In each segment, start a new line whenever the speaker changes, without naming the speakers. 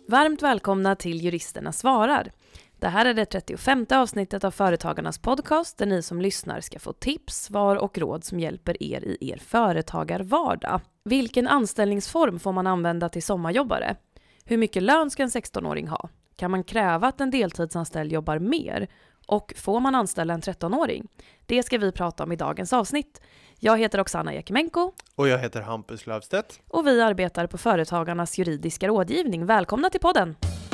Varmt välkomna till Juristerna svarar. Det här är det 35:e avsnittet av Företagarnas podcast där ni som lyssnar ska få tips, svar och råd som hjälper er i er företagarvardag. Vilken anställningsform får man använda till sommarjobbare? Hur mycket lön ska en 16-åring ha? Kan man kräva att en deltidsanställd jobbar mer? Och får man anställa en 13-åring? Det ska vi prata om i dagens avsnitt. Jag heter Oksana Jekimenko.
Och jag heter Hampus Löfstedt.
Och vi arbetar på Företagarnas juridiska rådgivning. Välkomna till podden!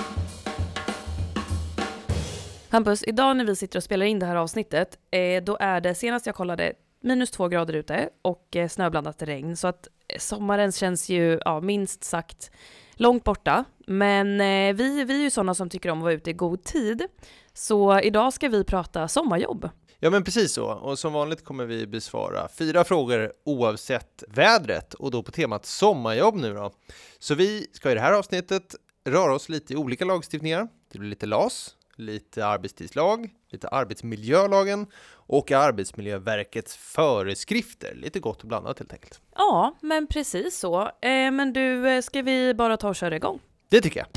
Hampus, idag när vi sitter och spelar in det här avsnittet, då är det senast jag kollade -2 grader ute och snöblandat regn. Så att sommaren känns ju minst sagt långt borta. Men vi är ju sådana som tycker om att vara ute i god tid. Så idag ska vi prata sommarjobb.
Ja, men precis så. Och som vanligt kommer vi besvara 4 frågor oavsett vädret och då på temat sommarjobb nu då. Så vi ska i det här avsnittet röra oss lite i olika lagstiftningar. Det blir lite LAS, lite arbetstidslag, lite arbetsmiljölagen och Arbetsmiljöverkets föreskrifter. Lite gott och blandat helt enkelt.
Ja, men precis så. Men du, ska vi bara ta och köra igång?
Det tycker jag.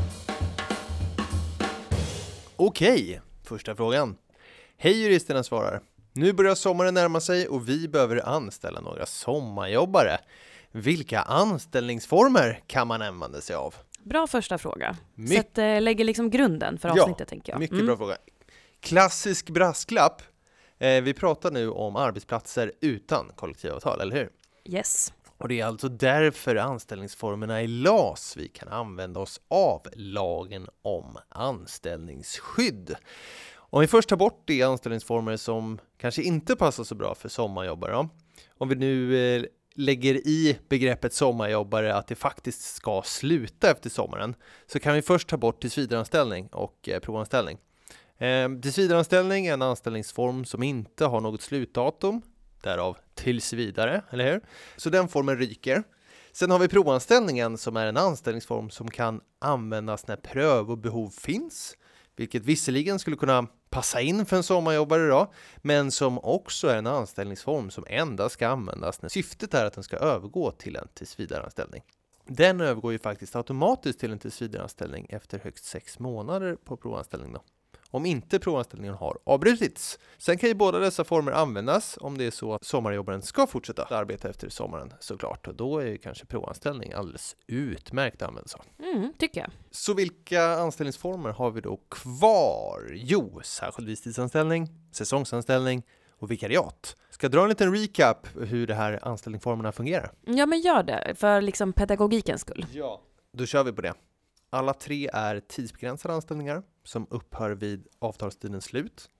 Okej, första frågan. Hej juristerna svarar. Nu börjar sommaren närma sig och vi behöver anställa några sommarjobbare. Vilka anställningsformer kan man använda sig av?
Bra första fråga. Så att lägger liksom grunden för avsnittet, tänker jag.
Mycket bra fråga. Klassisk brasklapp. Vi pratar nu om arbetsplatser utan kollektivavtal, eller hur?
Yes.
Och det är alltså därför anställningsformerna i LAS vi kan använda oss av lagen om anställningsskydd. Om vi först tar bort de anställningsformer som kanske inte passar så bra för sommarjobbare då. Om vi nu lägger i begreppet sommarjobbare att det faktiskt ska sluta efter sommaren, så kan vi först ta bort tillsvidareanställning och provanställning. Tillsvidareanställning är en anställningsform som inte har något slutdatum, därav tills vidare, eller hur? Så den formen ryker. Sen har vi provanställningen som är en anställningsform som kan användas när pröv och behov finns, vilket visserligen skulle kunna passa in för en sommarjobbare då, men som också är en anställningsform som endast ska användas när syftet är att den ska övergå till en tillsvidareanställning. Den övergår ju faktiskt automatiskt till en tillsvidareanställning efter högst 6 månader på provanställning då, om inte provanställningen har avbrutits. Sen kan ju båda dessa former användas om det är så att sommarjobbaren ska fortsätta arbeta efter sommaren såklart. Och då är ju kanske provanställning alldeles utmärkt att använda sig.
Tycker jag.
Så vilka anställningsformer har vi då kvar? Jo, särskild visstidsanställning, säsongsanställning och vikariat. Ska jag dra en liten recap hur det här anställningsformerna fungerar? Ja,
men gör det för liksom pedagogikens skull.
Ja. Då kör vi på det. Alla 3 är tidsbegränsade anställningar som upphör vid avtalstidens slut.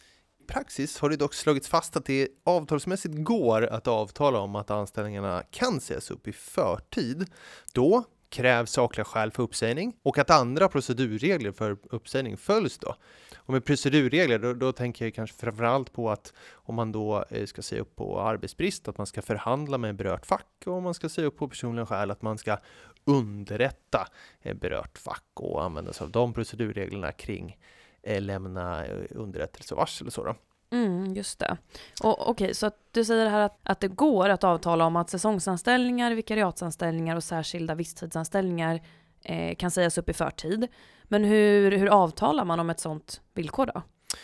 I praxis har det dock slagits fast att det avtalsmässigt går att avtala om att anställningarna kan sägas upp i förtid. Då krävs sakliga skäl för uppsägning och att andra procedurregler för uppsägning följs då. Och med procedurregler då tänker jag kanske framförallt på att om man då ska säga upp på arbetsbrist, att man ska förhandla med berört fack, och om man ska säga upp på personliga skäl att man ska underrätta berört fack och använda sig av de procedurreglerna kring lämna underrättelse och varsel och så då.
Just det. Och okej, så att du säger här att det går att avtala om att säsongsanställningar, vikariatsanställningar och särskilda visstidsanställningar kan sägas upp i förtid. Men hur avtalar man om ett sånt villkor då?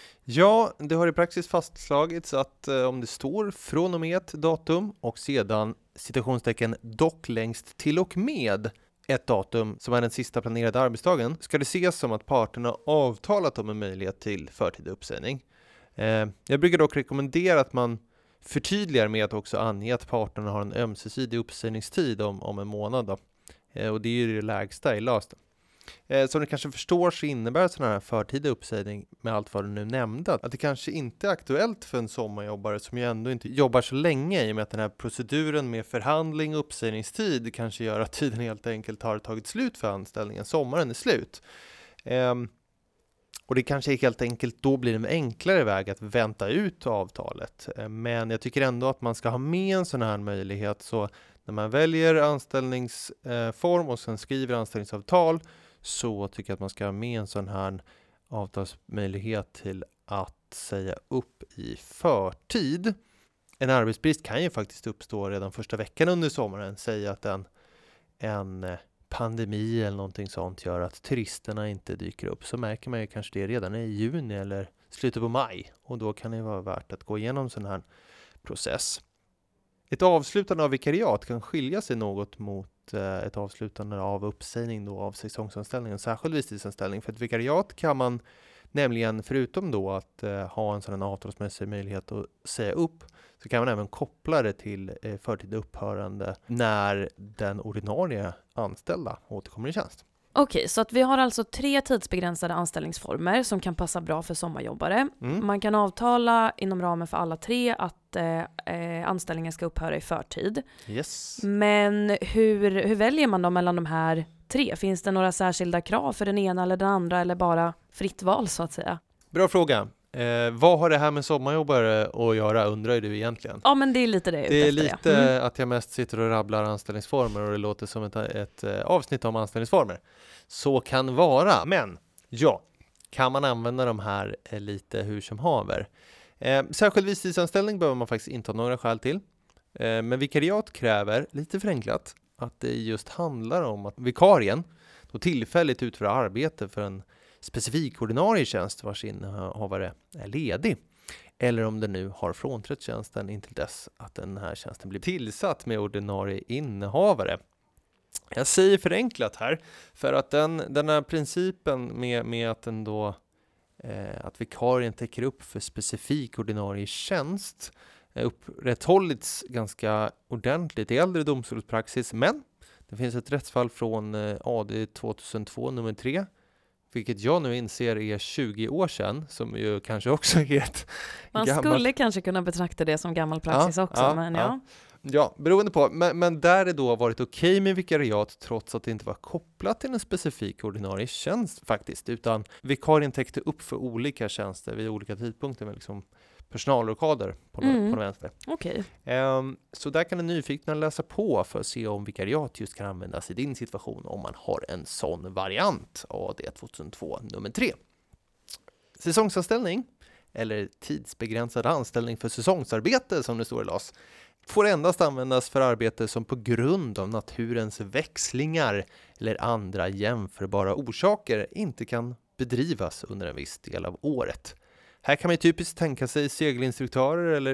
Ja, det har i praxis fastslagits att om det står från och med ett datum och sedan citationstecken dock längst till och med ett datum som är den sista planerade arbetsdagen, ska det ses som att parterna avtalat om en möjlighet till förtida uppsägning. Jag brukar dock rekommendera att man förtydligar med att också ange att parterna har en ömsesidig uppsägningstid om en månad då. Och det är ju det lägsta i LAS då. Som du kanske förstår så innebär sådana här förtida uppsägning med allt vad du nu nämnde att det kanske inte är aktuellt för en sommarjobbare som ju ändå inte jobbar så länge, i och med att den här proceduren med förhandling och uppsägningstid kanske gör att tiden helt enkelt har tagit slut för anställningen. Sommaren är slut. Och det kanske helt enkelt då blir en enklare väg att vänta ut avtalet. Men jag tycker ändå att man ska ha med en sån här möjlighet, så när man väljer anställningsform och sen skriver anställningsavtal, så tycker jag att man ska ha med en sån här avtalsmöjlighet till att säga upp i förtid. En arbetsbrist kan ju faktiskt uppstå redan första veckan under sommaren. Säg att en pandemi eller någonting sånt gör att turisterna inte dyker upp, så märker man ju kanske det redan i juni eller slutet på maj. Och då kan det vara värt att gå igenom sån här process. Ett avslutande av vikariat kan skilja sig något mot ett avslutande av uppsägning då av säsongsanställning och särskild visstidsanställning. För ett vikariat kan man nämligen, förutom då att ha en sådan avtalsmässig möjlighet att säga upp, så kan man även koppla det till förtida upphörande när den ordinarie anställda återkommer i tjänst.
Okej, så att vi har alltså 3 tidsbegränsade anställningsformer som kan passa bra för sommarjobbare. Man kan avtala inom ramen för alla 3 att anställningen ska upphöra i förtid.
Yes.
Men hur väljer man då mellan de här 3? Finns det några särskilda krav för den ena eller den andra, eller bara fritt val så att säga?
Bra fråga. Vad har det här med sommarjobbare att göra, undrar du egentligen?
Ja, men det är lite det.
Det är lite att jag mest sitter och rabblar anställningsformer och det låter som ett avsnitt om anställningsformer. Så kan vara, men ja, kan man använda de här lite hur som haver. Särskild visstidsanställning behöver man faktiskt inte ha några skäl till. Men vikariat kräver, lite förenklat, att det just handlar om att vikarien då tillfälligt utför arbete för en specifik ordinarie tjänst vars innehavare är ledig. Eller om den nu har frånträtt tjänsten intill dess att den här tjänsten blir tillsatt med ordinarie innehavare. Jag säger förenklat här för att den här principen med att den då att vikarien täcker upp för specifik ordinarie tjänst upprätthållits ganska ordentligt i äldre domstolspraxis, men det finns ett rättsfall från AD 2002 nummer 3, vilket jag nu inser är 20 år sedan, som ju kanske också är ett
man skulle kanske kunna betrakta det som gammal praxis också, men ja.
Ja, beroende på. Men där det då har varit okej med vikariat trots att det inte var kopplat till en specifik ordinarie tjänst faktiskt, utan vikarien täckte upp för olika tjänster vid olika tidpunkter med liksom personallokaler på den vänster.
Okay.
Så där kan den nyfikna läsa på för att se om vikariat just kan användas i din situation om man har en sån variant av AD 2002 nummer 3. Säsongsanställning eller tidsbegränsad anställning för säsongsarbete som det står i LAS får endast användas för arbete som på grund av naturens växlingar eller andra jämförbara orsaker inte kan bedrivas under en viss del av året. Här kan man typiskt tänka sig segelinstruktörer eller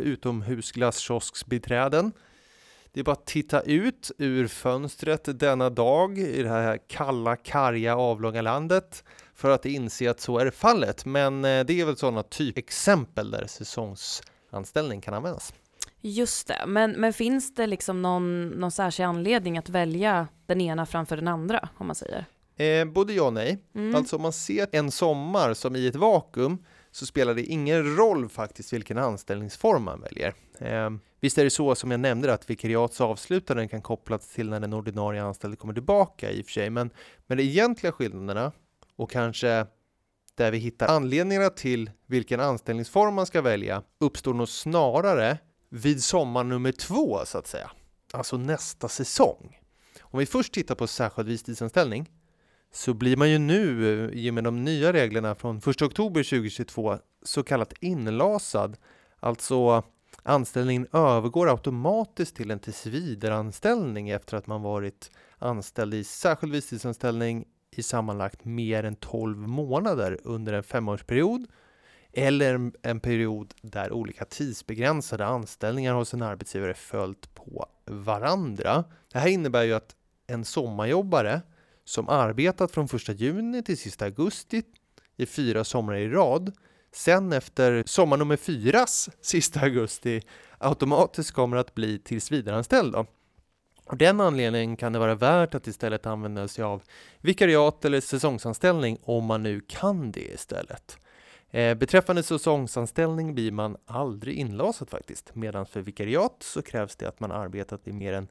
utomhusglasskiosksbiträden. Det är bara att titta ut ur fönstret denna dag i det här kalla, karga, avlånga landet för att inse att så är fallet. Men det är väl sådana typexempel där säsongsanställning kan användas.
Just det, men finns det liksom någon särskild anledning att välja den ena framför den andra, om man säger?
Både ja och nej. Alltså om man ser en sommar som i ett vakuum så spelar det ingen roll faktiskt vilken anställningsform man väljer. Visst är det så som jag nämnde att vikariats avslutaren kan kopplas till när den ordinarie anställde kommer tillbaka i och för sig. Men de egentliga skillnaderna och kanske där vi hittar anledningarna till vilken anställningsform man ska välja uppstår nog snarare vid sommar nummer 2 så att säga. Alltså nästa säsong. Om vi först tittar på särskild visstidsanställning så blir man ju nu, i och med de nya reglerna från 1 oktober 2022, så kallat inlasad. Alltså anställningen övergår automatiskt till en tillsvidareanställning efter att man varit anställd i särskild visstidsanställning i sammanlagt mer än 12 månader under en 5-årsperiod. Eller en period där olika tidsbegränsade anställningar hos en arbetsgivare följt på varandra. Det här innebär ju att en sommarjobbare som arbetat från 1 juni till sista augusti i 4 somrar i rad, sen efter sommar nummer 4:s sista augusti automatiskt kommer att bli tillsvidareanställd. Av den anledningen kan det vara värt att istället använda sig av vikariat eller säsongsanställning om man nu kan det istället. Beträffande säsongsanställning blir man aldrig inlasad faktiskt, medan för vikariat så krävs det att man arbetat i mer än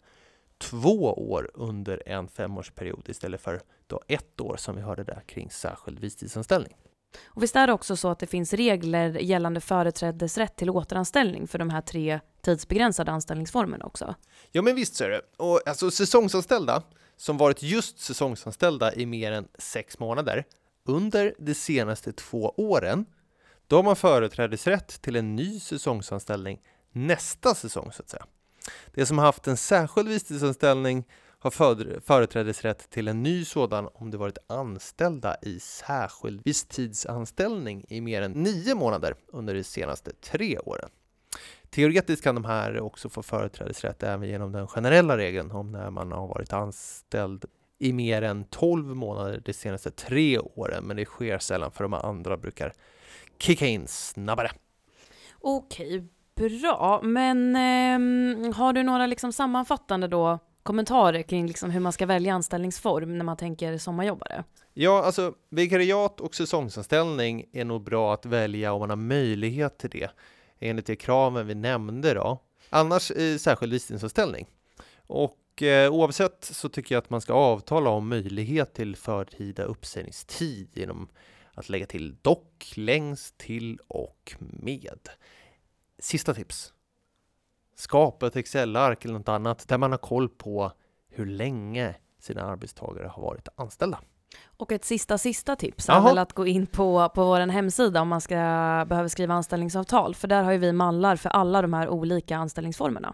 2 år under en 5-årsperiod istället för då 1 år som vi hörde där kring särskild visstidsanställning.
Och visst är det också så att det finns regler gällande företrädesrätt till återanställning för de här 3 tidsbegränsade anställningsformerna också?
Ja, men visst så är det. Och alltså säsongsanställda som varit just säsongsanställda i mer än 6 månader under de senaste 2 åren, då har man företrädesrätt till en ny säsongsanställning nästa säsong så att säga. Det som har haft en särskild visstidsanställning har företrädesrätt till en ny sådan om de varit anställda i särskild visstidsanställning i mer än 9 månader under de senaste 3 åren. Teoretiskt kan de här också få företrädesrätt även genom den generella regeln om när man har varit anställd i mer än 12 månader de senaste 3 åren, men det sker sällan för de andra brukar kicka in snabbare.
Okej, bra. Men har du några liksom sammanfattande då kommentarer kring liksom hur man ska välja anställningsform när man tänker sommarjobbare?
Ja, alltså vikariat och säsongsanställning är nog bra att välja om man har möjlighet till det enligt de kraven vi nämnde då. Annars särskild visstidsanställning. Och oavsett så tycker jag att man ska avtala om möjlighet till förtida uppsägningstid genom att lägga till dock, längst till och med. Sista tips. Skapa ett Excel-ark eller något annat där man har koll på hur länge sina arbetstagare har varit anställda.
Och ett sista tips är väl att gå in på vår hemsida om man behöver skriva anställningsavtal. För där har ju vi mallar för alla de här olika anställningsformerna.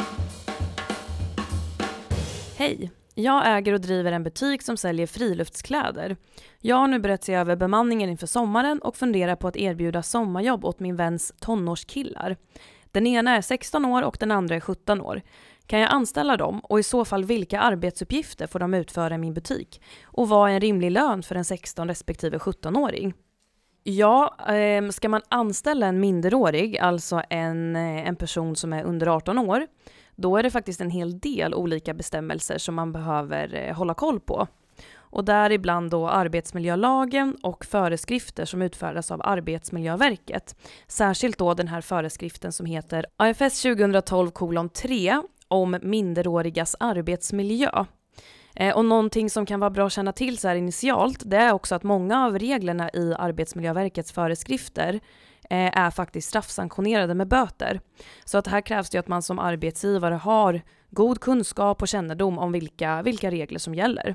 Hej! Jag äger och driver en butik som säljer friluftskläder. Jag har nu börjat se över bemanningen inför sommaren och funderar på att erbjuda sommarjobb åt min väns tonårskillar. Den ena är 16 år och den andra är 17 år. Kan jag anställa dem och i så fall vilka arbetsuppgifter får de utföra i min butik? Och vad är en rimlig lön för en 16 respektive 17-åring? Ja, ska man anställa en minderårig, alltså en person som är under 18 år, då är det faktiskt en hel del olika bestämmelser som man behöver hålla koll på. Och däribland då arbetsmiljölagen och föreskrifter som utfärdas av Arbetsmiljöverket. Särskilt då den här föreskriften som heter AFS 2012:3 om minderårigas arbetsmiljö. Och någonting som kan vara bra att känna till så här initialt, det är också att många av reglerna i Arbetsmiljöverkets föreskrifter är faktiskt straffsanktionerade med böter. Så att här krävs det att man som arbetsgivare har god kunskap och kännedom om vilka regler som gäller.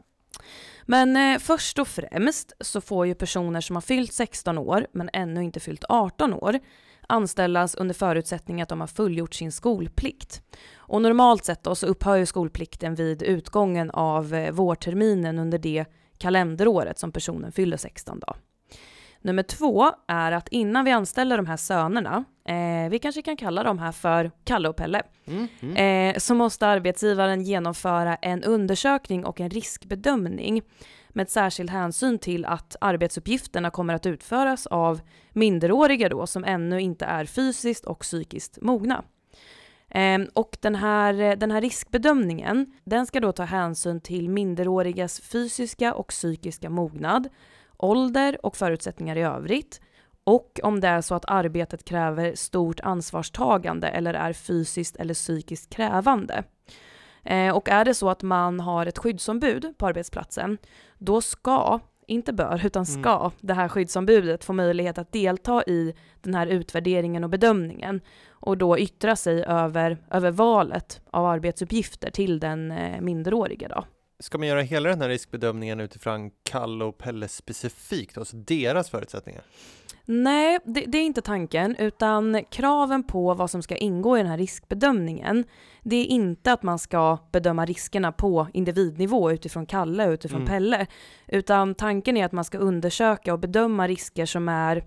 Men först och främst så får ju personer som har fyllt 16 år men ännu inte fyllt 18 år anställas under förutsättning att de har fullgjort sin skolplikt. Och normalt sett då så upphör ju skolplikten vid utgången av vårterminen under det kalenderåret som personen fyller 16 då. Nummer 2 är att innan vi anställer de här sönerna, vi kanske kan kalla dem här för Kalle och Pelle, så måste arbetsgivaren genomföra en undersökning och en riskbedömning med ett särskild hänsyn till att arbetsuppgifterna kommer att utföras av minderåriga då, som ännu inte är fysiskt och psykiskt mogna. Och den här riskbedömningen, den ska då ta hänsyn till minderårigas fysiska och psykiska mognad, ålder och förutsättningar i övrigt, och om det är så att arbetet kräver stort ansvarstagande eller är fysiskt eller psykiskt krävande. Och är det så att man har ett skyddsombud på arbetsplatsen, då ska, inte bör, utan ska det här skyddsombudet få möjlighet att delta i den här utvärderingen och bedömningen och då yttra sig över valet av arbetsuppgifter till den minderåriga då.
Ska man göra hela den här riskbedömningen utifrån Kalle och Pelle specifikt, alltså deras förutsättningar?
Nej, det är inte tanken, utan kraven på vad som ska ingå i den här riskbedömningen, det är inte att man ska bedöma riskerna på individnivå utifrån Kalle och utifrån Pelle, utan tanken är att man ska undersöka och bedöma risker som är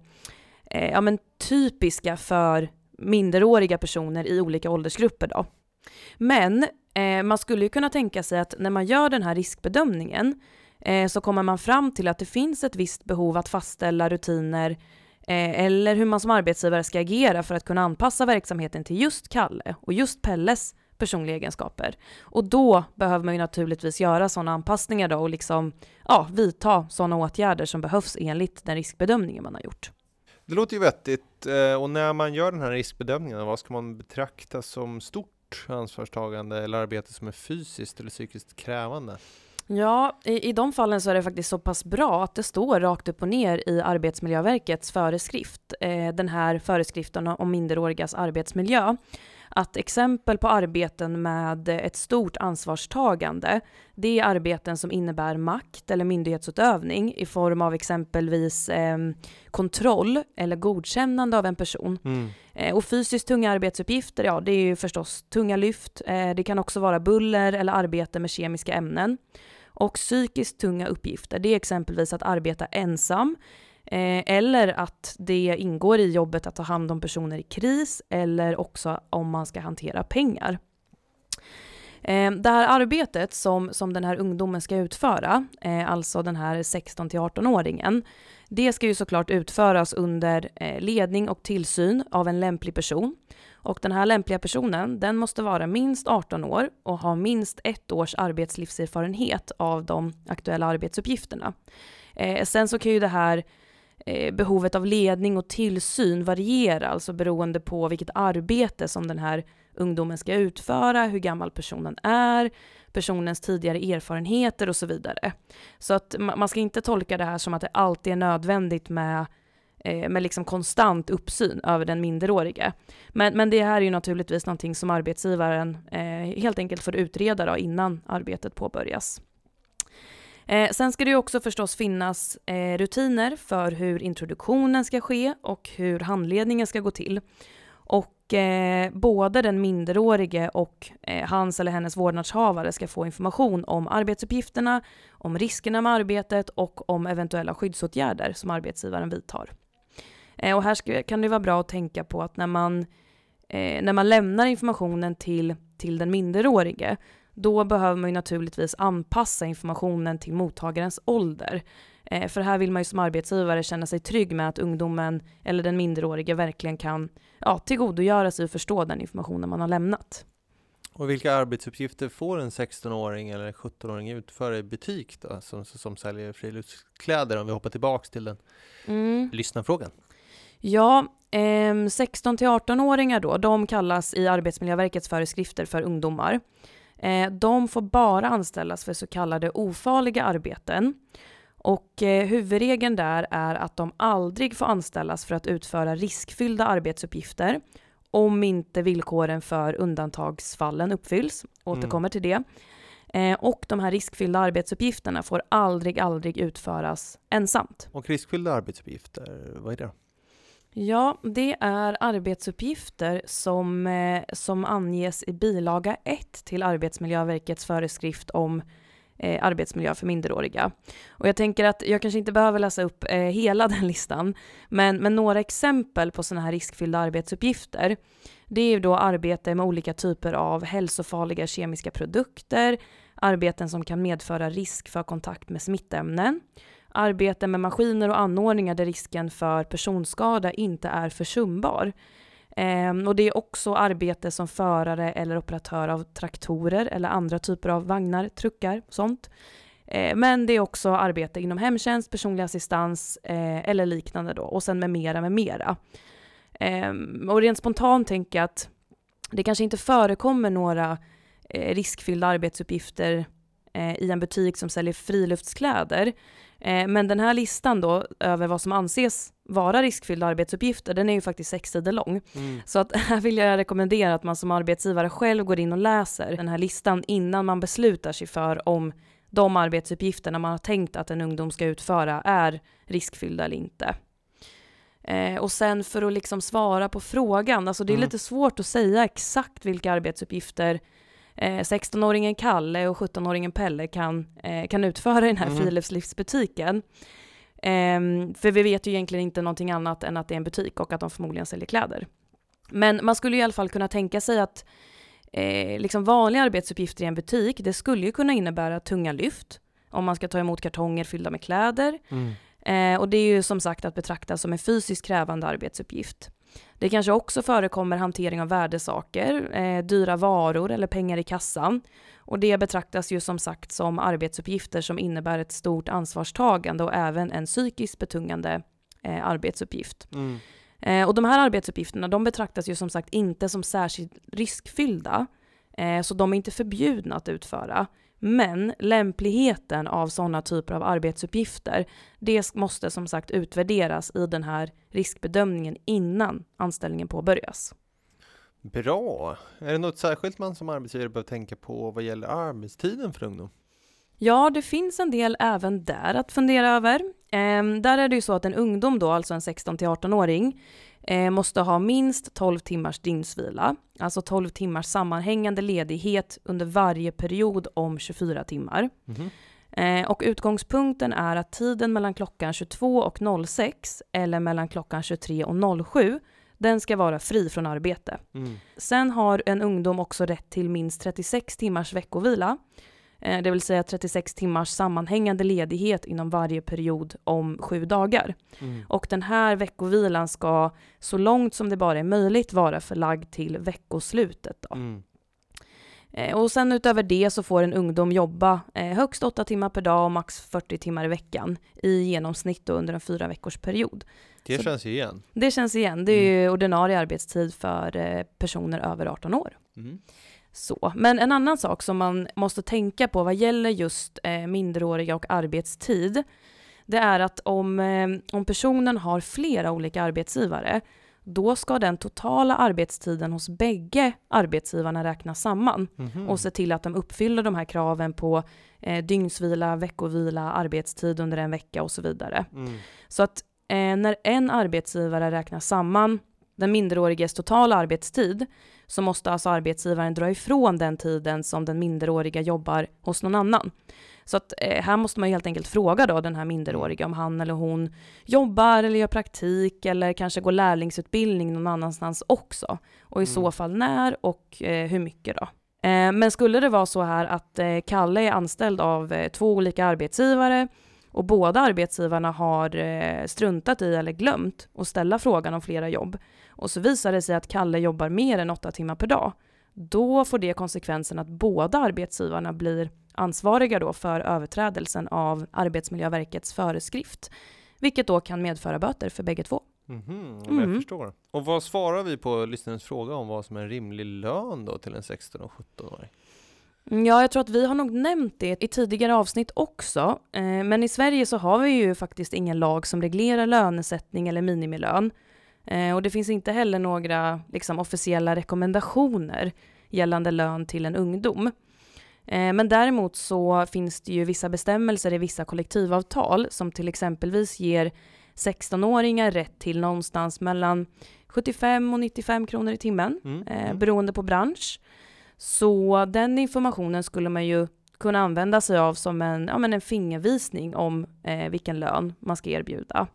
typiska för minderåriga personer i olika åldersgrupper då. Men man skulle ju kunna tänka sig att när man gör den här riskbedömningen så kommer man fram till att det finns ett visst behov att fastställa rutiner eller hur man som arbetsgivare ska agera för att kunna anpassa verksamheten till just Kalle och just Pelles personliga egenskaper. Och då behöver man ju naturligtvis göra sådana anpassningar då och liksom, vidta sådana åtgärder som behövs enligt den riskbedömningen man har gjort.
Det låter ju vettigt, och när man gör den här riskbedömningen, vad ska man betrakta som stort ansvarstagande eller arbete som är fysiskt eller psykiskt krävande?
Ja, i de fallen så är det faktiskt så pass bra att det står rakt upp och ner i Arbetsmiljöverkets föreskrift, den här föreskriften om minderårigas arbetsmiljö, att exempel på arbeten med ett stort ansvarstagande, det är arbeten som innebär makt eller myndighetsutövning i form av exempelvis kontroll eller godkännande av en person. Och fysiskt tunga arbetsuppgifter, ja, det är ju förstås tunga lyft. Det kan också vara buller eller arbete med kemiska ämnen. Och psykiskt tunga uppgifter, det är exempelvis att arbeta ensam eller att det ingår i jobbet att ta hand om personer i kris eller också om man ska hantera pengar. Det här arbetet som den här ungdomen ska utföra, alltså den här 16-18-åringen, det ska ju såklart utföras under ledning och tillsyn av en lämplig person. Och den här lämpliga personen, den måste vara minst 18 år och ha minst 1 års arbetslivserfarenhet av de aktuella arbetsuppgifterna. Sen så kan ju det här behovet av ledning och tillsyn variera, alltså beroende på vilket arbete som den här ungdomen ska utföra, hur gammal personen är, personens tidigare erfarenheter och så vidare. Så att man ska inte tolka det här som att det alltid är nödvändigt med liksom konstant uppsyn över den minderårige. Men det här är ju naturligtvis någonting som arbetsgivaren helt enkelt får utreda då innan arbetet påbörjas. Sen ska det ju också förstås finnas rutiner för hur introduktionen ska ske och hur handledningen ska gå till. Och både den minderårige och hans eller hennes vårdnadshavare ska få information om arbetsuppgifterna, om riskerna med arbetet och om eventuella skyddsåtgärder som arbetsgivaren vidtar. Och här kan det vara bra att tänka på att när man lämnar informationen till den minderårige, då behöver man ju naturligtvis anpassa informationen till mottagarens ålder. För här vill man ju som arbetsgivare känna sig trygg med att ungdomen eller den minderårige verkligen kan tillgodogöra sig och förstå den informationen man har lämnat.
Och vilka arbetsuppgifter får en 16-åring eller 17-åring utföra i butik då, som säljer friluftskläder, om vi hoppar tillbaka till den lyssnarfrågan?
Ja, 16-18-åringar då, de kallas i Arbetsmiljöverkets föreskrifter för ungdomar. De får bara anställas för så kallade ofarliga arbeten. Och huvudregeln där är att de aldrig får anställas för att utföra riskfyllda arbetsuppgifter om inte villkoren för undantagsfallen uppfylls. Återkommer till det. Och de här riskfyllda arbetsuppgifterna får aldrig utföras ensamt.
Och riskfyllda arbetsuppgifter, vad är det?
Ja, det är arbetsuppgifter som anges i bilaga 1 till Arbetsmiljöverkets föreskrift om arbetsmiljö för minderåriga. Och jag tänker att jag kanske inte behöver läsa upp hela den listan, men några exempel på sådana här riskfyllda arbetsuppgifter, det är ju då arbete med olika typer av hälsofarliga kemiska produkter, arbeten som kan medföra risk för kontakt med smittämnen, arbete med maskiner och anordningar där risken för personskada inte är försumbar. Och det är också arbete som förare eller operatör av traktorer eller andra typer av vagnar, truckar, sånt. Men det är också arbete inom hemtjänst, personlig assistans eller liknande då. Och sen med mera. Och rent spontant tänker jag att det kanske inte förekommer några riskfyllda arbetsuppgifter i en butik som säljer friluftskläder. Men den här listan då över vad som anses vara riskfyllda arbetsuppgifter, den är ju faktiskt 6 sidor lång. Så att här vill jag rekommendera att man som arbetsgivare själv går in och läser den här listan innan man beslutar sig för om de arbetsuppgifterna man har tänkt att en ungdom ska utföra är riskfyllda eller inte. Och sen för att liksom svara på frågan, alltså det är lite svårt att säga exakt vilka arbetsuppgifter 16-åringen Kalle och 17-åringen Pelle kan utföra i den här friluftslivsbutiken. För vi vet ju egentligen inte någonting annat än att det är en butik och att de förmodligen säljer kläder. Men man skulle i alla fall kunna tänka sig att liksom vanliga arbetsuppgifter i en butik, det skulle ju kunna innebära tunga lyft om man ska ta emot kartonger fyllda med kläder. Och det är ju som sagt att betrakta som en fysiskt krävande arbetsuppgift. Det kanske också förekommer hantering av värdesaker, dyra varor eller pengar i kassan. Och det betraktas ju som sagt som arbetsuppgifter som innebär ett stort ansvarstagande och även en psykiskt betungande arbetsuppgift. Och de här arbetsuppgifterna, de betraktas ju som sagt inte som särskilt riskfyllda. Så de är inte förbjudna att utföra. Men lämpligheten av sådana typer av arbetsuppgifter, det måste som sagt utvärderas i den här riskbedömningen innan anställningen påbörjas.
Bra. Är det något särskilt man som arbetsgivare behöver tänka på vad gäller arbetstiden för ungdom?
Ja, det finns en del även där att fundera över. Där är det ju så att en ungdom då, alltså en 16-18-åring, måste ha minst 12 timmars dygnsvila, alltså 12 timmars sammanhängande ledighet under varje period om 24 timmar. Och utgångspunkten är att tiden mellan klockan 22 och 06 eller mellan klockan 23 och 07, den ska vara fri från arbete. Sen har en ungdom också rätt till minst 36 timmars veckovila. Det vill säga 36 timmars sammanhängande ledighet inom varje period om 7 dagar. Och den här veckovilan ska så långt som det bara är möjligt vara förlagd till veckoslutet då. Och sen utöver det så får en ungdom jobba högst 8 timmar per dag och max 40 timmar i veckan i genomsnitt under en 4 veckors period.
Det känns ju igen.
Det känns igen. Det är ju ordinarie arbetstid för personer över 18 år. Så. Men en annan sak som man måste tänka på vad gäller just minderåriga och arbetstid, det är att om personen har flera olika arbetsgivare, då ska den totala arbetstiden hos bägge arbetsgivarna räknas samman och se till att de uppfyller de här kraven på dygnsvila, veckovila, arbetstid under en vecka och så vidare. Så att när en arbetsgivare räknar samman den minderåriges totala arbetstid, så måste alltså arbetsgivaren dra ifrån den tiden som den minderåriga jobbar hos någon annan. Så att här måste man helt enkelt fråga då den här minderåriga om han eller hon jobbar eller gör praktik eller kanske går lärlingsutbildning någon annanstans också. Och i så fall när och hur mycket då. Men skulle det vara så här att Kalle är anställd av 2 olika arbetsgivare och båda arbetsgivarna har struntat i eller glömt att ställa frågan om flera jobb, och så visar det sig att Kalle jobbar mer än 8 timmar per dag, då får det konsekvensen att båda arbetsgivarna blir ansvariga då för överträdelsen av Arbetsmiljöverkets föreskrift, vilket då kan medföra böter för bägge två.
Jag förstår. Och vad svarar vi på lyssnarens fråga om vad som är en rimlig lön då till en 16- och 17-åring?
Ja, jag tror att vi har nog nämnt det i tidigare avsnitt också. Men i Sverige så har vi ju faktiskt ingen lag som reglerar lönesättning eller minimilön. Och det finns inte heller några officiella rekommendationer gällande lön till en ungdom. Men däremot så finns det ju vissa bestämmelser i vissa kollektivavtal som till exempelvis ger 16-åringar rätt till någonstans mellan 75 och 95 kronor i timmen beroende på bransch. Så den informationen skulle man ju kunna använda sig av som en fingervisning om vilken lön man ska erbjuda.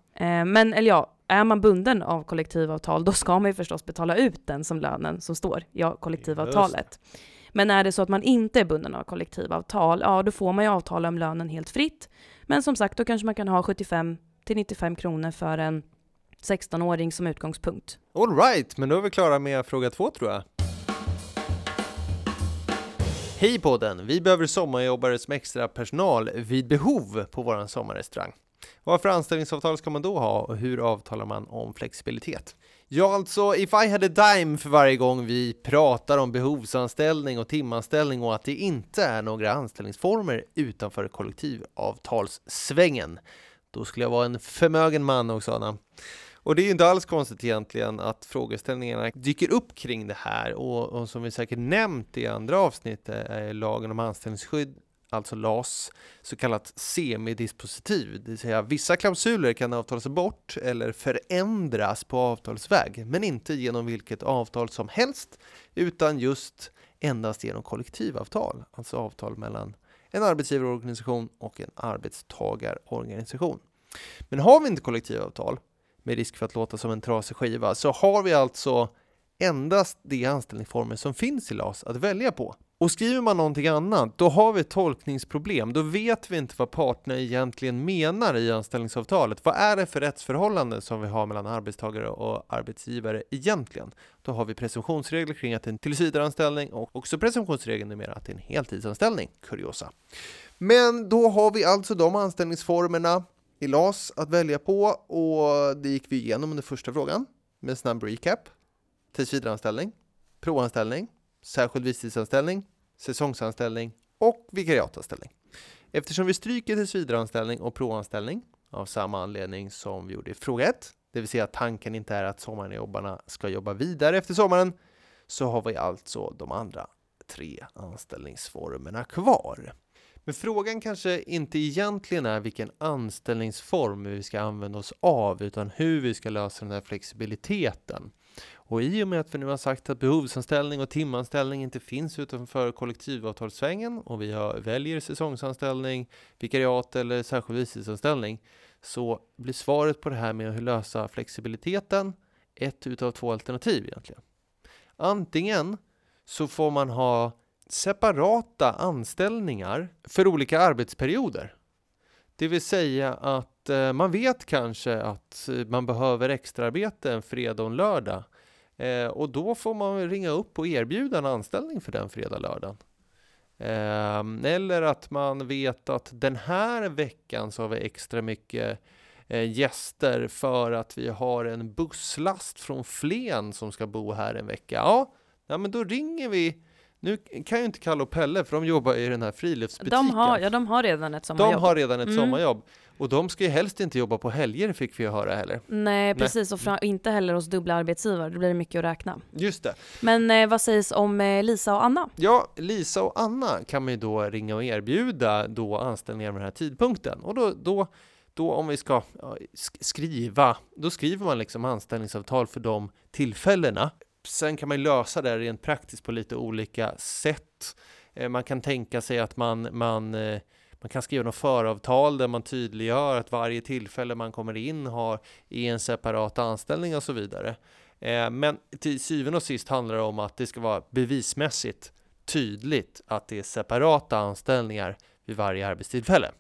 Är man bunden av kollektivavtal, då ska man ju förstås betala ut den som lönen som står i kollektivavtalet. Men är det så att man inte är bunden av kollektivavtal, ja då får man ju avtala om lönen helt fritt. Men som sagt, då kanske man kan ha 75 till 95 kronor för en 16-åring som utgångspunkt.
All right, men då är vi klara med fråga 2 tror jag. Hej podden! Vi behöver sommarjobbare som extra personal vid behov på vår sommarrestaurang. Vad för anställningsavtal ska man då ha och hur avtalar man om flexibilitet? Ja, alltså, if I had a dime för varje gång vi pratar om behovsanställning och timanställning och att det inte är några anställningsformer utanför kollektivavtalssvängen, då skulle jag vara en förmögen man också, Anna. Och det är ju inte alls konstigt egentligen att frågeställningarna dyker upp kring det här och som vi säkert nämnt i andra avsnitt är lagen om anställningsskydd, alltså LAS, så kallat semidispositiv. Det vill säga vissa klausuler kan avtalas bort eller förändras på avtalsväg, men inte genom vilket avtal som helst utan just endast genom kollektivavtal, alltså avtal mellan en arbetsgivarorganisation och en arbetstagarorganisation. Men har vi inte kollektivavtal, med risk för att låta som en trasig skiva, så har vi alltså endast de anställningsformer som finns i LAS att välja på. Och skriver man någonting annat, då har vi ett tolkningsproblem. Då vet vi inte vad parterna egentligen menar i anställningsavtalet. Vad är det för rättsförhållande som vi har mellan arbetstagare och arbetsgivare egentligen? Då har vi presumtionsregler kring att det är en tillsvidareanställning och också presumtionsregeln numera att det är en heltidsanställning. Kuriosa. Men då har vi alltså de anställningsformerna i LAS att välja på, och det gick vi igenom under första frågan med en snabb recap. Tillsvidareanställning, provanställning, särskild visstidsanställning, säsongsanställning och vikariatanställning. Eftersom vi stryker tillsvidareanställning och provanställning av samma anledning som vi gjorde i fråga 1, det vill säga att tanken inte är att sommarjobbarna ska jobba vidare efter sommaren, så har vi alltså de andra 3 anställningsformerna kvar. Men frågan kanske inte egentligen är vilken anställningsform vi ska använda oss av, utan hur vi ska lösa den här flexibiliteten. Och i och med att vi nu har sagt att behovsanställning och timanställning inte finns utanför kollektivavtalssvängen och vi väljer säsongsanställning, vikariat eller särskild visstidsanställning, så blir svaret på det här med hur lösa flexibiliteten ett utav 2 alternativ egentligen. Antingen så får man ha separata anställningar för olika arbetsperioder. Det vill säga att man vet kanske att man behöver extraarbete en fredag och en lördag. Och då får man ringa upp och erbjuda en anställning för den fredag-lördagen. Eller att man vet att den här veckan så har vi extra mycket gäster för att vi har en busslast från Flen som ska bo här en vecka. Ja, men då ringer vi. Nu kan ju inte Kalle och Pelle, för de jobbar i den här friluftsbutiken.
De har redan ett sommarjobb.
De har redan ett sommarjobb. Och de ska ju helst inte jobba på helger, fick vi ju höra heller.
Nej, precis. Och inte heller hos dubbla arbetsgivare. Det blir mycket att räkna.
Just det.
Men vad sägs om Lisa och Anna?
Ja, Lisa och Anna kan man ju då ringa och erbjuda då anställningar med den här tidpunkten. Och då om vi ska skriva, då skriver man liksom anställningsavtal för de tillfällena. Sen kan man lösa det rent praktiskt på lite olika sätt. Man kan tänka sig att man kan skriva något föravtal där man tydliggör att varje tillfälle man kommer in har en separat anställning och så vidare. Men till syvende och sist handlar det om att det ska vara bevismässigt tydligt att det är separata anställningar vid varje arbetstillfälle.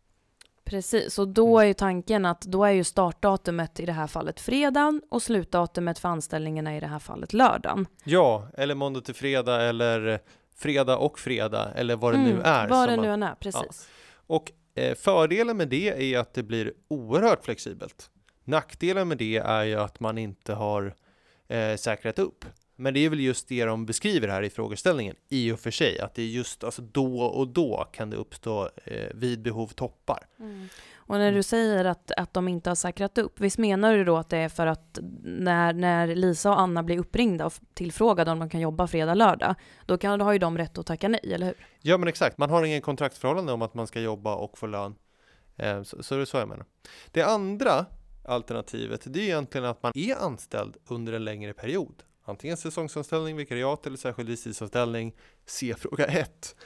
Precis, och då är ju tanken att då är ju startdatumet i det här fallet fredagen och slutdatumet för anställningarna i det här fallet lördagen.
Ja, eller måndag till fredag eller fredag och fredag eller vad det nu är.
Vad det nu än är, precis.
Ja. Och fördelen med det är att det blir oerhört flexibelt. Nackdelen med det är ju att man inte har säkrat upp. Men det är väl just det de beskriver här i frågeställningen i och för sig. Att det är just alltså då och då kan det uppstå vid behov toppar.
Och när du säger att de inte har säkrat upp, visst menar du då att det är för att när Lisa och Anna blir uppringda och tillfrågade om de kan jobba fredag, lördag, då har ju de rätt att tacka nej, eller hur?
Ja, men exakt. Man har ingen kontraktsförhållande om att man ska jobba och få lön. Så är det så jag menar. Det andra alternativet, det är egentligen att man är anställd under en längre period. Antingen säsongsanställning, vikariat eller särskild visstidsanställning, C-fråga 1.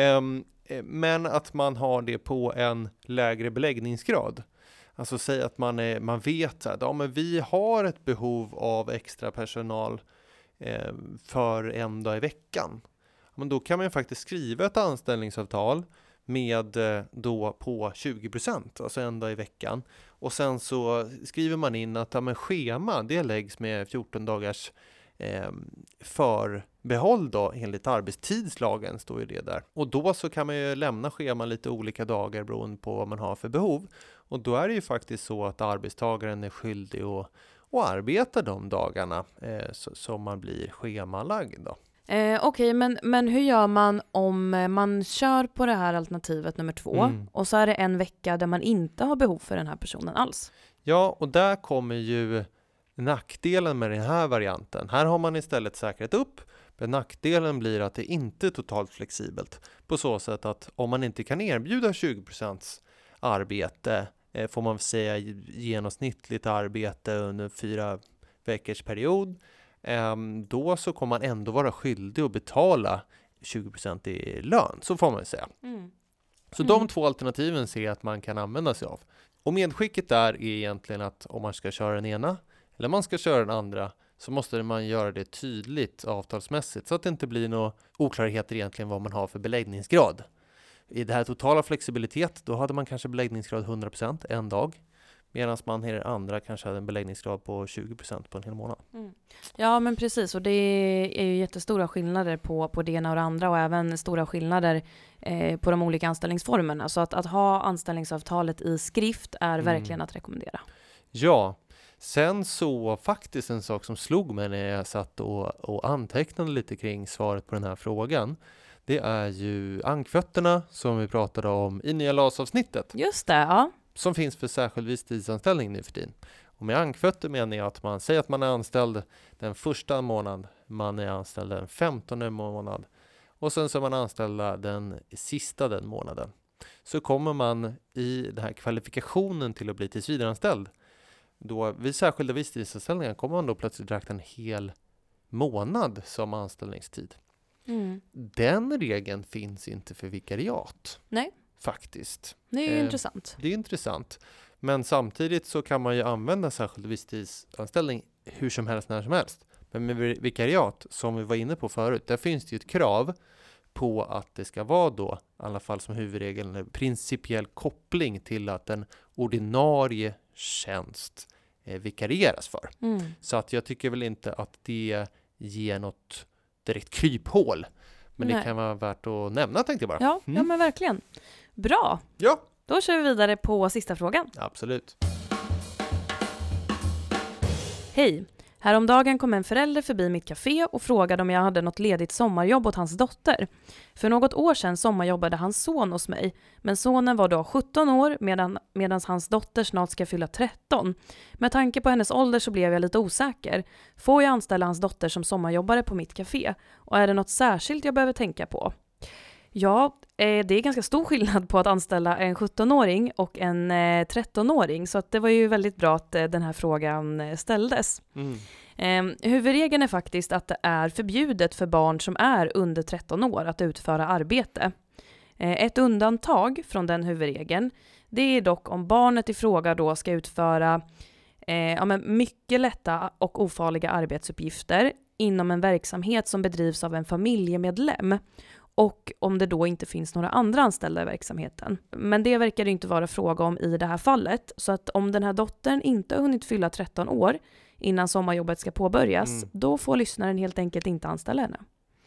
Men att man har det på en lägre beläggningsgrad. Alltså säg att man vet att ja, men vi har ett behov av extra personal för en dag i veckan. Men då kan man faktiskt skriva ett anställningsavtal med då på 20%, alltså en dag i veckan. Och sen så skriver man in att ja, men schema, det läggs med 14 dagars förbehåll då enligt arbetstidslagen står ju det där. Och då så kan man ju lämna scheman lite olika dagar beroende på vad man har för behov. Och då är det ju faktiskt så att arbetstagaren är skyldig att arbeta de dagarna som man blir schemalagd då.
Okej, men hur gör man om man kör på det här alternativet nummer 2 och så är det en vecka där man inte har behov för den här personen alls?
Ja, och där kommer ju nackdelen med den här varianten. Här har man istället säkrat upp, men nackdelen blir att det inte är totalt flexibelt. På så sätt att om man inte kan erbjuda 20% arbete, får man säga genomsnittligt arbete under 4 veckors period, då så kommer man ändå vara skyldig att betala 20% i lön, så får man säga. Så de 2 alternativen ser jag att man kan använda sig av. Och medskicket där är egentligen att om man ska köra den ena eller man ska köra den andra, så måste man göra det tydligt avtalsmässigt så att det inte blir några oklarheter egentligen vad man har för beläggningsgrad. I det här totala flexibilitet, då hade man kanske beläggningsgrad 100% en dag, medan man i det andra kanske hade en beläggningsgrad på 20% på en hel månad.
Ja, men precis. Och det är ju jättestora skillnader på det ena och det andra och även stora skillnader på de olika anställningsformerna. Så att ha anställningsavtalet i skrift är verkligen att rekommendera.
Ja, sen så faktiskt en sak som slog mig när jag satt och antecknade lite kring svaret på den här frågan. Det är ju ankfötterna som vi pratade om i nya LAS-avsnittet.
Just det, ja.
Som finns för särskild visstidsanställning nu för tiden. Och med ankfötter menar jag att man säger att man är anställd den första månaden, man är anställd den 15:e månad och sen så är man anställda den sista den månaden. Så kommer man i den här kvalifikationen till att bli tillsvidareanställd. Då vid särskilda visstidsanställningar kommer man då plötsligt räkna en hel månad som anställningstid. Den regeln finns inte för vikariat.
Nej.
Faktiskt.
Det är ju intressant.
Det är intressant. Men samtidigt så kan man ju använda särskild visstidsanställning hur som helst, när som helst. Men med vikariat, som vi var inne på förut, där finns det ju ett krav på att det ska vara då, i alla fall som huvudregel, en principiell koppling till att en ordinarie tjänst vikarieras för. Så att jag tycker väl inte att det ger något direkt kryphål. Men det kan vara värt att nämna, tänkte jag bara.
Ja, ja men verkligen. Bra.
Ja.
Då kör vi vidare på sista frågan.
Absolut.
Hej. Häromdagen kom en förälder förbi mitt café och frågade om jag hade något ledigt sommarjobb åt hans dotter. För något år sedan sommarjobbade hans son hos mig, men sonen var då 17 år medan hans dotter snart ska fylla 13. Med tanke på hennes ålder så blev jag lite osäker. Får jag anställa hans dotter som sommarjobbare på mitt café? Och är det något särskilt jag behöver tänka på? Ja, det är ganska stor skillnad på att anställa en 17-åring och en 13-åring, så att det var ju väldigt bra att den här frågan ställdes. Huvudregeln är faktiskt att det är förbjudet för barn som är under 13 år att utföra arbete. Ett undantag från den huvudregeln, det är dock om barnet i fråga då ska utföra mycket lätta och ofarliga arbetsuppgifter inom en verksamhet som bedrivs av en familjemedlem. Och om det då inte finns några andra anställda i verksamheten. Men det verkar det inte vara fråga om i det här fallet. Så att om den här dottern inte har hunnit fylla 13 år innan sommarjobbet ska påbörjas, då får lyssnaren helt enkelt inte anställa henne.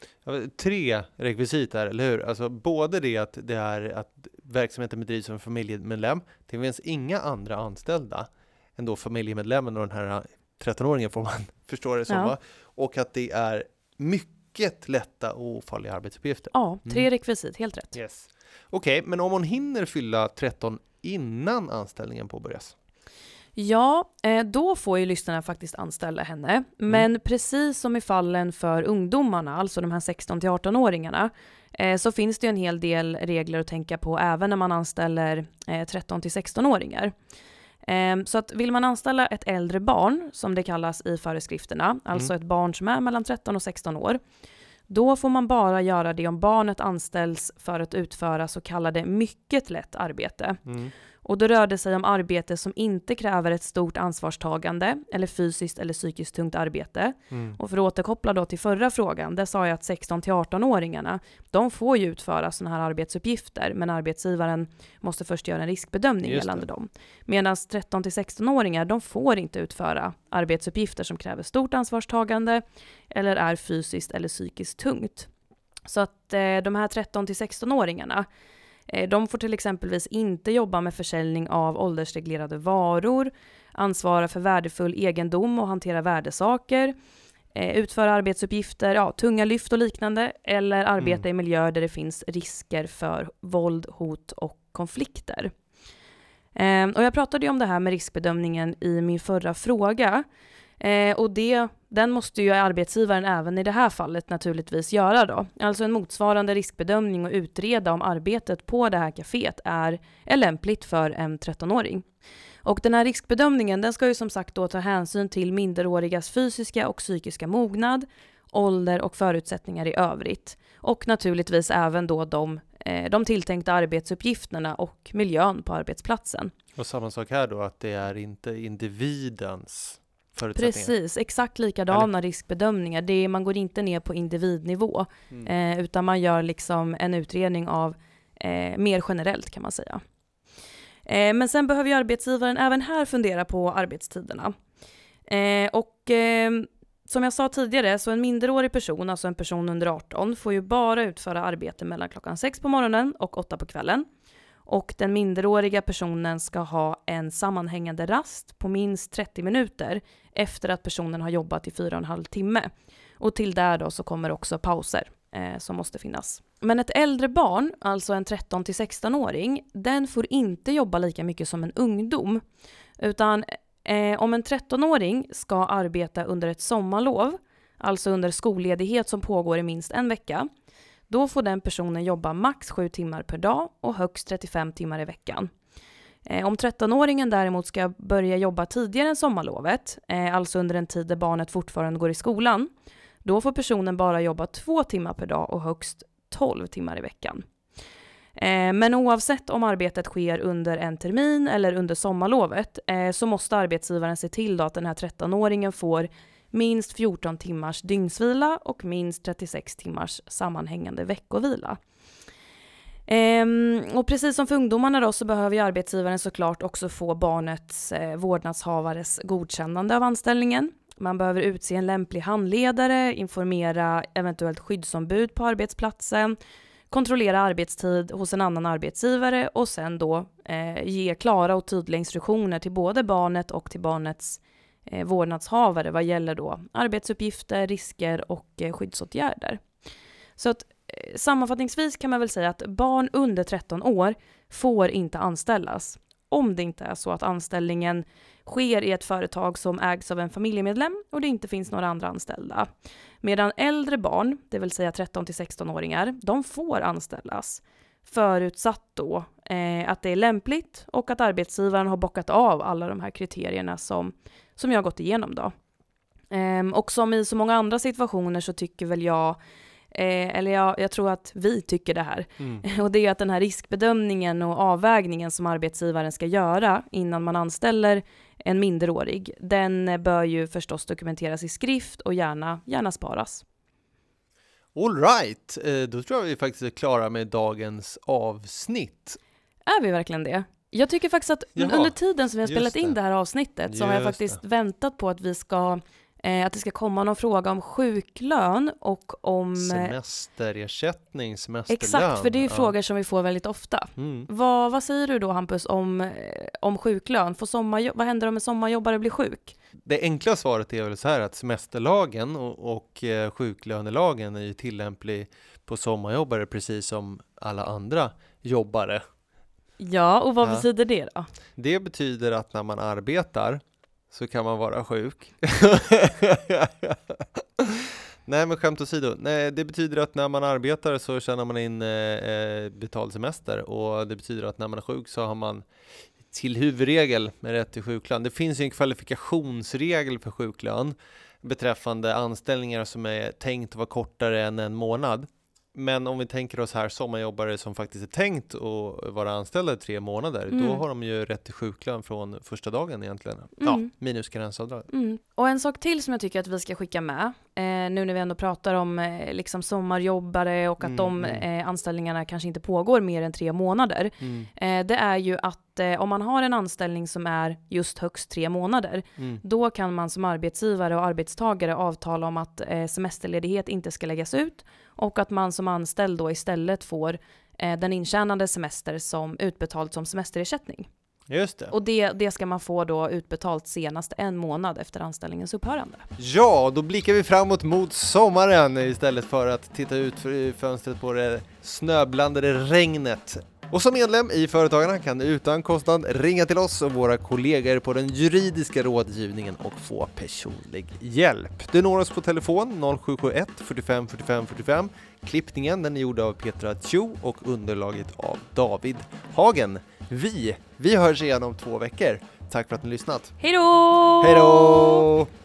3 rekvisit här, eller hur? Alltså både det att verksamheten bedrivs som en familjemedlem, det finns inga andra anställda än då familjemedlemmen och den här 13-åringen, får man förstå det som. Ja. Och att det är mycket lätta och ofarliga arbetsuppgifter.
Ja, 3 rekvisit, helt rätt.
Yes. Okej, men om hon hinner fylla 13 innan anställningen påbörjas?
Ja, då får ju lyssnarna faktiskt anställa henne. Men precis som i fallen för ungdomarna, alltså de här 16-18-åringarna, så finns det ju en hel del regler att tänka på även när man anställer 13-16-åringar. Så att vill man anställa ett äldre barn, som det kallas i föreskrifterna, alltså ett barn som är mellan 13 och 16 år, då får man bara göra det om barnet anställs för att utföra så kallade mycket lätt arbete. Och då rör det sig om arbete som inte kräver ett stort ansvarstagande eller fysiskt eller psykiskt tungt arbete. Och för att återkoppla då till förra frågan, där sa jag att 16-18-åringarna, de får ju utföra sådana här arbetsuppgifter, men arbetsgivaren måste först göra en riskbedömning gällande dem. Medan 13-16-åringar, de får inte utföra arbetsuppgifter som kräver stort ansvarstagande eller är fysiskt eller psykiskt tungt. Så att de här 13-16-åringarna, de får till exempelvis inte jobba med försäljning av åldersreglerade varor, ansvara för värdefull egendom och hantera värdesaker, utföra arbetsuppgifter, tunga lyft och liknande, eller arbeta i miljöer där det finns risker för våld, hot och konflikter. Och jag pratade ju om det här med riskbedömningen i min förra fråga. Och den måste ju arbetsgivaren även i det här fallet naturligtvis göra då. Alltså en motsvarande riskbedömning och utreda om arbetet på det här kaféet är lämpligt för en 13-åring. Och den här riskbedömningen, den ska ju som sagt då ta hänsyn till minderårigas fysiska och psykiska mognad, ålder och förutsättningar i övrigt. Och naturligtvis även då de tilltänkta arbetsuppgifterna och miljön på arbetsplatsen.
Och samma sak här då, att det är inte individens
Precis, exakt likadana riskbedömningar. Man går inte ner på individnivå, utan man gör liksom en utredning av mer generellt, kan man säga. Men sen behöver ju arbetsgivaren även här fundera på arbetstiderna. Som jag sa tidigare, så en minderårig person, alltså en person under 18, får ju bara utföra arbete mellan klockan 6 på morgonen och 8 på kvällen. Och den minderåriga personen ska ha en sammanhängande rast på minst 30 minuter efter att personen har jobbat i 4,5 timme. Och till där då så kommer också pauser som måste finnas. Men ett äldre barn, alltså en 13-16-åring, den får inte jobba lika mycket som en ungdom. Utan Om en 13-åring ska arbeta under ett sommarlov, alltså under skolledighet som pågår i minst en vecka, då får den personen jobba max 7 timmar per dag och högst 35 timmar i veckan. Om 13-åringen däremot ska börja jobba tidigare än sommarlovet, alltså under en tid där barnet fortfarande går i skolan, då får personen bara jobba 2 timmar per dag och högst 12 timmar i veckan. Men oavsett om arbetet sker under en termin eller under sommarlovet så måste arbetsgivaren se till då att den här 13-åringen får minst 14 timmars dygnsvila och minst 36 timmars sammanhängande veckovila. Och precis som för ungdomarna då, så behöver ju arbetsgivaren såklart också få barnets vårdnadshavares godkännande av anställningen. Man behöver utse en lämplig handledare, informera eventuellt skyddsombud på arbetsplatsen, kontrollera arbetstid hos en annan arbetsgivare och sen då ge klara och tydliga instruktioner till både barnet och till barnets vårdnadshavare vad gäller då arbetsuppgifter, risker och skyddsåtgärder. Så att sammanfattningsvis kan man väl säga att barn under 13 år får inte anställas om det inte är så att anställningen sker i ett företag som ägs av en familjemedlem och det inte finns några andra anställda. Medan äldre barn, det vill säga 13-16-åringar, de får anställas förutsatt då att det är lämpligt och att arbetsgivaren har bockat av alla de här kriterierna som jag har gått igenom då. Och som i så många andra situationer så tycker väl jag tror att vi tycker det här. Och det är att den här riskbedömningen och avvägningen som arbetsgivaren ska göra innan man anställer en minderårig, den bör ju förstås dokumenteras i skrift och gärna sparas.
All right, då tror jag vi faktiskt är klara med dagens avsnitt.
Är vi verkligen det? Jag tycker faktiskt att under tiden som vi har spelat in det här avsnittet så har jag faktiskt väntat på att vi ska att det ska komma någon fråga om sjuklön och om
semesterersättning, semesterlön.
Exakt, för det är ju frågor som vi får väldigt ofta. Vad säger du då, Hampus, om sjuklön? Vad händer om en sommarjobbare blir sjuk?
Det enkla svaret är väl så här att semesterlagen och sjuklönelagen är ju tillämplig på sommarjobbare precis som alla andra jobbare.
Ja, och vad betyder det då?
Det betyder att när man arbetar så kan man vara sjuk. Nej, men skämt åsido. Nej, det betyder att när man arbetar så tjänar man in betald semester. Och det betyder att när man är sjuk så har man till huvudregel med rätt till sjuklön. Det finns ju en kvalifikationsregel för sjuklön beträffande anställningar som är tänkt att vara kortare än en månad. Men om vi tänker oss här sommarjobbare som faktiskt är tänkt att vara anställda i 3 månader, då har de ju rätt till sjuklön från första dagen egentligen. Ja, minus karensavdrag.
Och en sak till som jag tycker att vi ska skicka med, nu när vi ändå pratar om liksom sommarjobbare och att de anställningarna kanske inte pågår mer än 3 månader, det är ju att om man har en anställning som är just högst 3 månader, då kan man som arbetsgivare och arbetstagare avtala om att semesterledighet inte ska läggas ut och att man som anställd då istället får den intjänande semester som utbetalt som semesterersättning.
Just det.
Och det ska man få då utbetalt senast 1 månad efter anställningens upphörande.
Ja, då blickar vi framåt mot sommaren istället för att titta ut för fönstret på det snöblandade regnet. Och som medlem i Företagarna kan du utan kostnad ringa till oss och våra kollegor på den juridiska rådgivningen och få personlig hjälp. Du når oss på telefon 0771 45 45 45. Klippningen den är gjord av Petra Tjo och underlaget av David Hagen. Vi hörs igen om 2 veckor. Tack för att ni lyssnat.
Hej då!
Hej då!